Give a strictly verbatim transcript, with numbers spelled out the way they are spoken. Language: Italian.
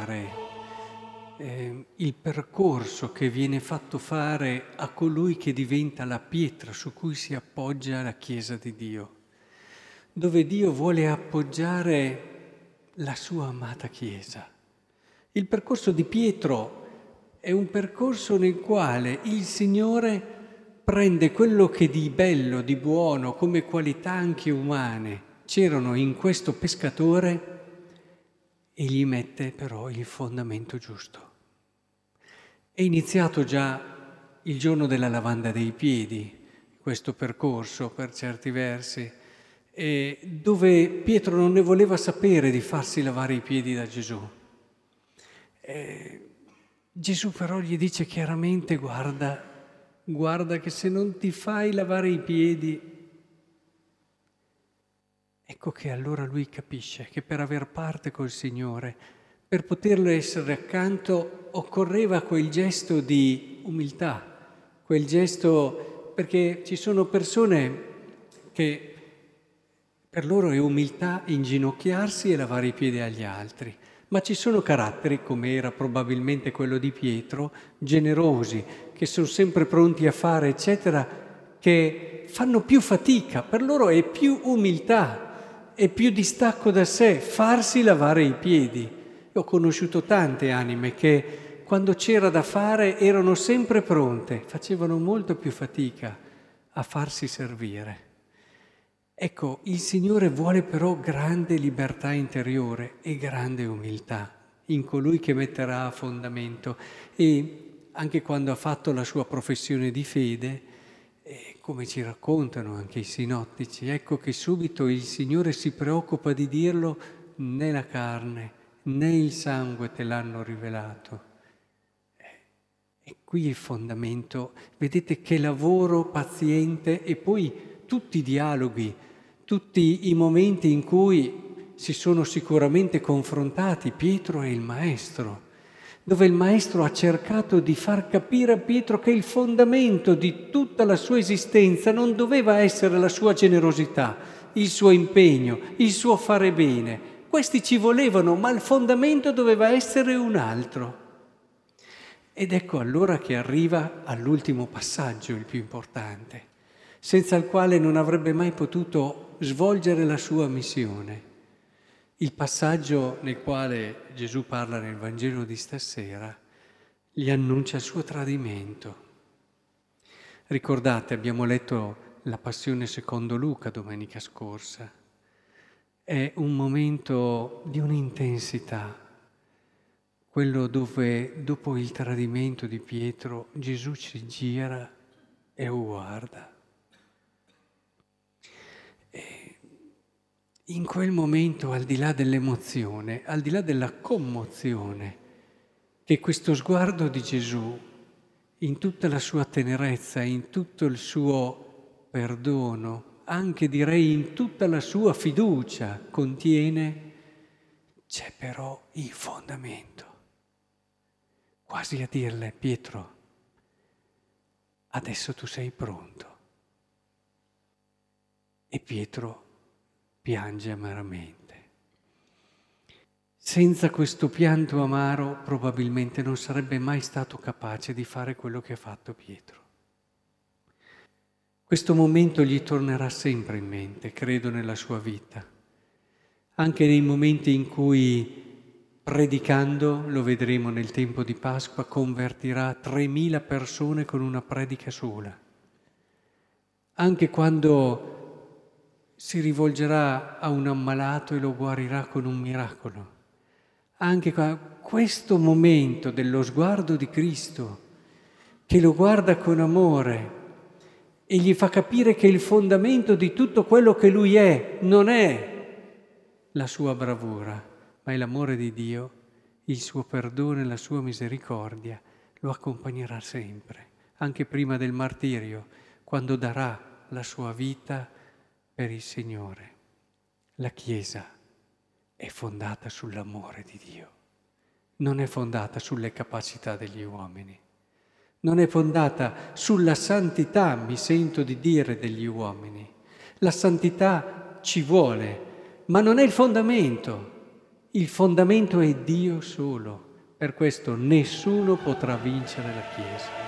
appoggiare eh, il percorso che viene fatto fare a colui che diventa la pietra su cui si appoggia la Chiesa di Dio, dove Dio vuole appoggiare la sua amata Chiesa. Il percorso di Pietro è un percorso nel quale il Signore prende quello che di bello, di buono, come qualità anche umane c'erano in questo pescatore e gli mette però il fondamento giusto. È iniziato già il giorno della lavanda dei piedi, questo percorso per certi versi, e dove Pietro non ne voleva sapere di farsi lavare i piedi da Gesù. E Gesù però gli dice chiaramente: guarda, guarda che se non ti fai lavare i piedi. Ecco che allora lui capisce che per aver parte col Signore, per poterlo essere accanto, occorreva quel gesto di umiltà, quel gesto, perché ci sono persone che per loro è umiltà inginocchiarsi e lavare i piedi agli altri, ma ci sono caratteri, come era probabilmente quello di Pietro, generosi, che sono sempre pronti a fare, eccetera, che fanno più fatica, per loro è più umiltà, è più distacco da sé, farsi lavare i piedi. Io ho conosciuto tante anime che quando c'era da fare erano sempre pronte, facevano molto più fatica a farsi servire. Ecco, il Signore vuole però grande libertà interiore e grande umiltà in colui che metterà a fondamento. E anche quando ha fatto la sua professione di fede, eh, come ci raccontano anche i sinottici, ecco che subito il Signore si preoccupa di dirlo: né la carne né il sangue te l'hanno rivelato. E qui il fondamento, vedete che lavoro paziente, e poi tutti i dialoghi, tutti i momenti in cui si sono sicuramente confrontati Pietro e il Maestro, dove il Maestro ha cercato di far capire a Pietro che il fondamento di tutta la sua esistenza non doveva essere la sua generosità, il suo impegno, il suo fare bene. Questi ci volevano, ma il fondamento doveva essere un altro. Ed ecco allora che arriva all'ultimo passaggio, il più importante, senza il quale non avrebbe mai potuto svolgere la sua missione. Il passaggio nel quale Gesù parla nel Vangelo di stasera, gli annuncia il suo tradimento. Ricordate, abbiamo letto la Passione secondo Luca domenica scorsa. È un momento di un'intensità, quello dove dopo il tradimento di Pietro Gesù si gira e lo guarda. E in quel momento, al di là dell'emozione, al di là della commozione, che questo sguardo di Gesù, in tutta la sua tenerezza, in tutto il suo perdono, anche direi in tutta la sua fiducia contiene, c'è però il fondamento. Quasi a dirle: Pietro, adesso tu sei pronto. E Pietro piange amaramente. Senza questo pianto amaro probabilmente non sarebbe mai stato capace di fare quello che ha fatto Pietro. Questo momento gli tornerà sempre in mente, credo, nella sua vita. Anche nei momenti in cui, predicando, lo vedremo nel tempo di Pasqua, convertirà tremila persone con una predica sola. Anche quando si rivolgerà a un ammalato e lo guarirà con un miracolo. Anche questo momento dello sguardo di Cristo, che lo guarda con amore e gli fa capire che il fondamento di tutto quello che lui è non è la sua bravura, ma è l'amore di Dio, il suo perdono e la sua misericordia, lo accompagnerà sempre, anche prima del martirio, quando darà la sua vita per il Signore. La Chiesa è fondata sull'amore di Dio, non è fondata sulle capacità degli uomini, non è fondata sulla santità, mi sento di dire, degli uomini. La santità ci vuole, ma non è il fondamento. Il fondamento è Dio solo. Per questo nessuno potrà vincere la Chiesa.